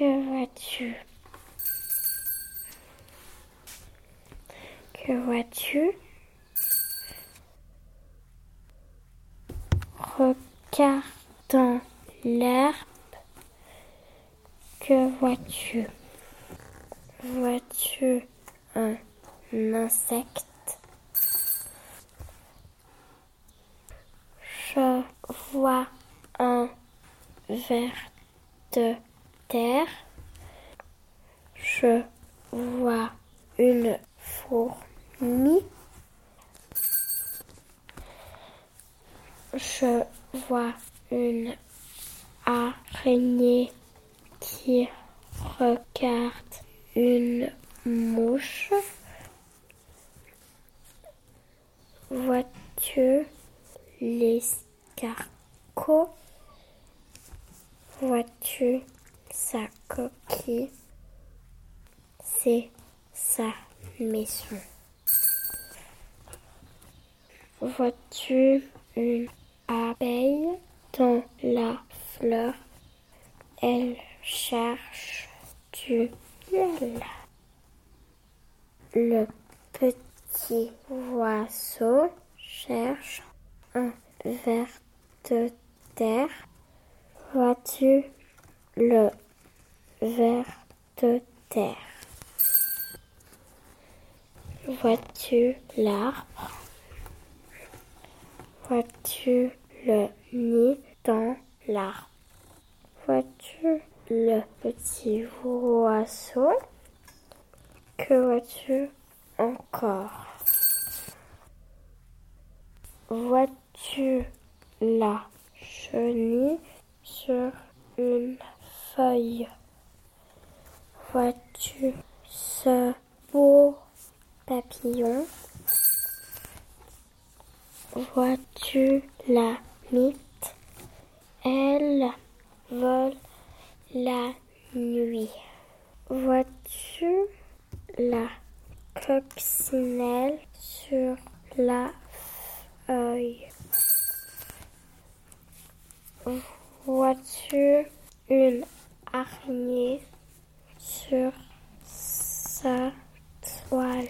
Que vois-tu? Que vois-tu? Regarde dans l'herbe. Que vois-tu? Vois-tu un insecte? Je vois un ver de terre. Je vois une fourmi. Je vois une araignée qui regarde une mouche. Vois-tu l'escargot? Vois-tu sa coquille? C'est sa maison. Vois-tu une abeille dans la fleur? Elle cherche du miel. Le petit oiseau cherche un ver de terre. Vois-tu le ver de terre? Vois-tu l'arbre? Vois-tu le nid dans l'arbre? Vois-tu le petit oiseau? Que vois-tu encore? Vois-tu la chenille sur une feuille? Vois-tu ce beau papillon? Vois-tu la mythe? Elle vole la nuit. Vois-tu la coccinelle sur la feuille? Vois-tu une araignée sur sa toile?